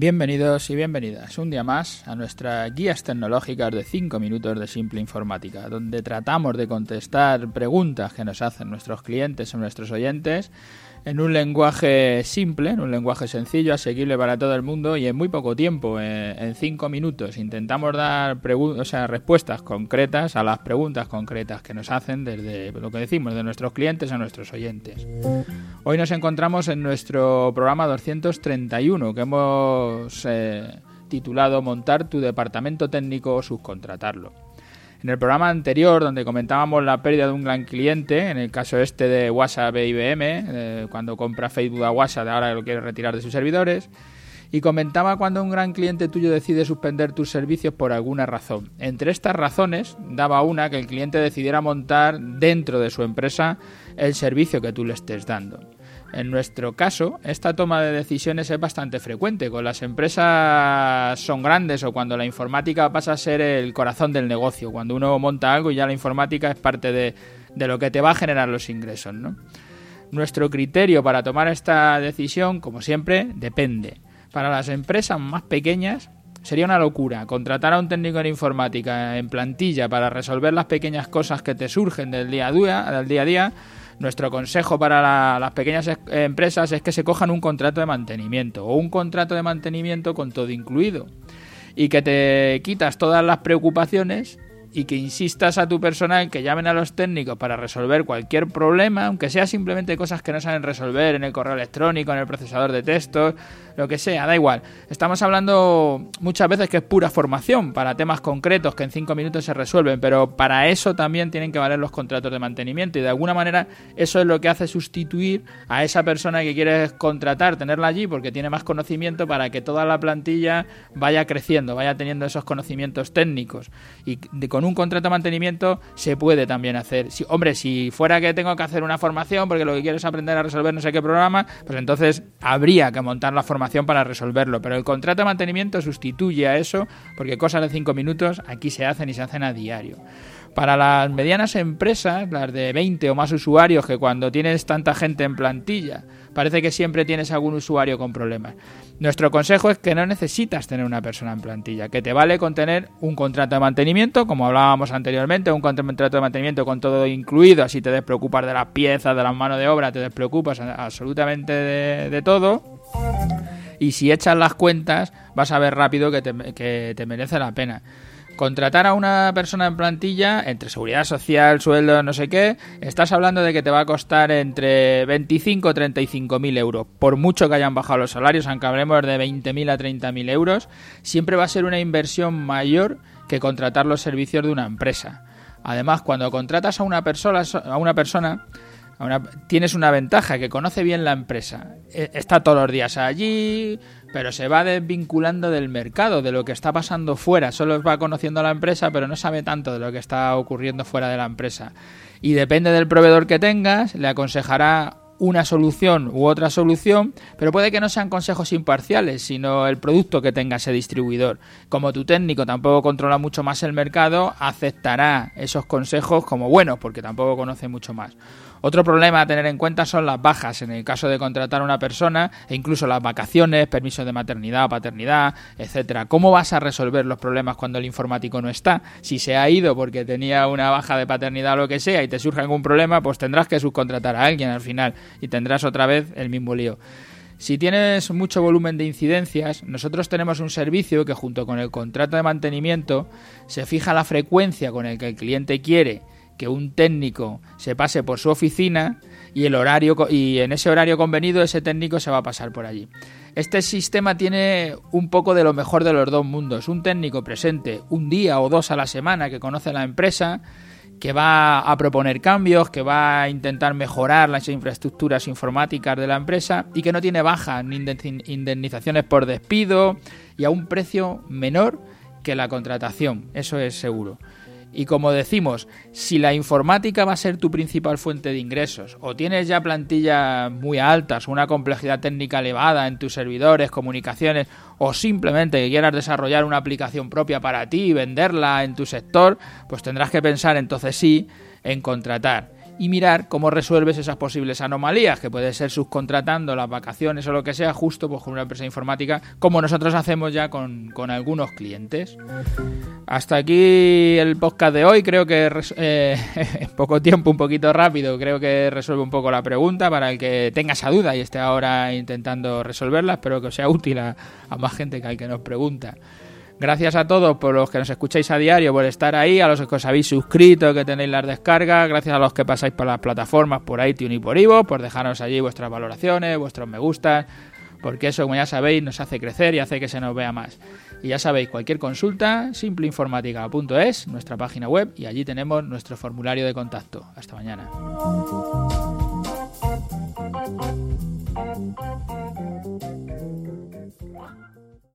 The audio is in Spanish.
Bienvenidos y bienvenidas un día más a nuestras guías tecnológicas de 5 minutos de simple informática, donde tratamos de contestar preguntas que nos hacen nuestros clientes o nuestros oyentes en un lenguaje simple, en un lenguaje sencillo, asequible para todo el mundo y en muy poco tiempo, en 5 minutos. Intentamos dar respuestas concretas a las preguntas concretas que nos hacen desde lo que decimos de nuestros clientes a nuestros oyentes. Hoy nos encontramos en nuestro programa 231 que hemos titulado Montar tu departamento técnico o subcontratarlo. En el programa anterior, donde comentábamos la pérdida de un gran cliente, en el caso este de WhatsApp e IBM, cuando compra Facebook a WhatsApp, ahora lo quiere retirar de sus servidores, y comentaba cuando un gran cliente tuyo decide suspender tus servicios por alguna razón. Entre estas razones, daba una que el cliente decidiera montar dentro de su empresa el servicio que tú le estés dando. En nuestro caso, esta toma de decisiones es bastante frecuente. Con las empresas son grandes o cuando la informática pasa a ser el corazón del negocio. Cuando uno monta algo y ya la informática es parte de lo que te va a generar los ingresos, ¿no? Nuestro criterio para tomar esta decisión, como siempre, depende. Para las empresas más pequeñas sería una locura contratar a un técnico en informática en plantilla para resolver las pequeñas cosas que te surgen del día a día. Nuestro consejo para las pequeñas empresas es que se cojan un contrato de mantenimiento o un contrato de mantenimiento con todo incluido y que te quitas todas las preocupaciones y que insistas a tu personal que llamen a los técnicos para resolver cualquier problema, aunque sea simplemente cosas que no saben resolver en el correo electrónico, en el procesador de textos, lo que sea, da igual. Estamos hablando muchas veces que es pura formación para temas concretos que en 5 minutos se resuelven, pero para eso también tienen que valer los contratos de mantenimiento y de alguna manera eso es lo que hace sustituir a esa persona que quieres contratar, tenerla allí porque tiene más conocimiento para que toda la plantilla vaya creciendo, vaya teniendo esos conocimientos técnicos y con un contrato de mantenimiento se puede también hacer. Si fuera que tengo que hacer una formación porque lo que quiero es aprender a resolver no sé qué programa, pues entonces habría que montar la formación para resolverlo, pero el contrato de mantenimiento sustituye a eso porque cosas de 5 minutos aquí se hacen y se hacen a diario. Para las medianas empresas, las de 20 o más usuarios, que cuando tienes tanta gente en plantilla, parece que siempre tienes algún usuario con problemas. Nuestro consejo es que no necesitas tener una persona en plantilla, que te vale con tener un contrato de mantenimiento, como hablábamos anteriormente, un contrato de mantenimiento con todo incluido, así te despreocupas de las piezas, de las manos de obra, te despreocupas absolutamente de todo. Y si echas las cuentas, vas a ver rápido que te merece la pena. Contratar a una persona en plantilla, entre seguridad social, sueldo, no sé qué, estás hablando de que te va a costar entre 25 y 35.000 euros. Por mucho que hayan bajado los salarios, aunque hablemos de 20.000 a 30.000 euros, siempre va a ser una inversión mayor que contratar los servicios de una empresa. Además, cuando contratas a una persona tienes una ventaja, que conoce bien la empresa. Está todos los días allí, pero se va desvinculando del mercado, de lo que está pasando fuera. Solo va conociendo a la empresa, pero no sabe tanto de lo que está ocurriendo fuera de la empresa. Y depende del proveedor que tengas, le aconsejará una solución u otra solución, pero puede que no sean consejos imparciales, sino el producto que tenga ese distribuidor. Como tu técnico tampoco controla mucho más el mercado, aceptará esos consejos como buenos, porque tampoco conoce mucho más. Otro problema a tener en cuenta son las bajas en el caso de contratar a una persona e incluso las vacaciones, permisos de maternidad, paternidad, etcétera. ¿Cómo vas a resolver los problemas cuando el informático no está? Si se ha ido porque tenía una baja de paternidad o lo que sea y te surge algún problema, pues tendrás que subcontratar a alguien al final y tendrás otra vez el mismo lío. Si tienes mucho volumen de incidencias, nosotros tenemos un servicio que junto con el contrato de mantenimiento se fija la frecuencia con el que el cliente quiere que un técnico se pase por su oficina y en ese horario convenido ese técnico se va a pasar por allí. Este sistema tiene un poco de lo mejor de los dos mundos. Un técnico presente un día o dos a la semana que conoce la empresa, que va a proponer cambios, que va a intentar mejorar las infraestructuras informáticas de la empresa y que no tiene bajas ni indemnizaciones por despido y a un precio menor que la contratación, eso es seguro. Y como decimos, si la informática va a ser tu principal fuente de ingresos o tienes ya plantillas muy altas, una complejidad técnica elevada en tus servidores, comunicaciones o simplemente que quieras desarrollar una aplicación propia para ti y venderla en tu sector, pues tendrás que pensar entonces sí en contratar. y mirar cómo resuelves esas posibles anomalías, que puede ser subcontratando las vacaciones o lo que sea, justo pues, con una empresa informática, como nosotros hacemos ya con algunos clientes. Hasta aquí el podcast de hoy. Creo que en poco tiempo, un poquito rápido, creo que resuelve un poco la pregunta para el que tenga esa duda y esté ahora intentando resolverla. Espero que os sea útil a más gente que al que nos pregunta. Gracias a todos por los que nos escucháis a diario, por estar ahí, a los que os habéis suscrito, que tenéis las descargas, gracias a los que pasáis por las plataformas, por iTunes y por iVoox, por dejarnos allí vuestras valoraciones, vuestros me gustas, porque eso, como ya sabéis, nos hace crecer y hace que se nos vea más. Y ya sabéis, cualquier consulta, simpleinformática.es, nuestra página web, y allí tenemos nuestro formulario de contacto. Hasta mañana.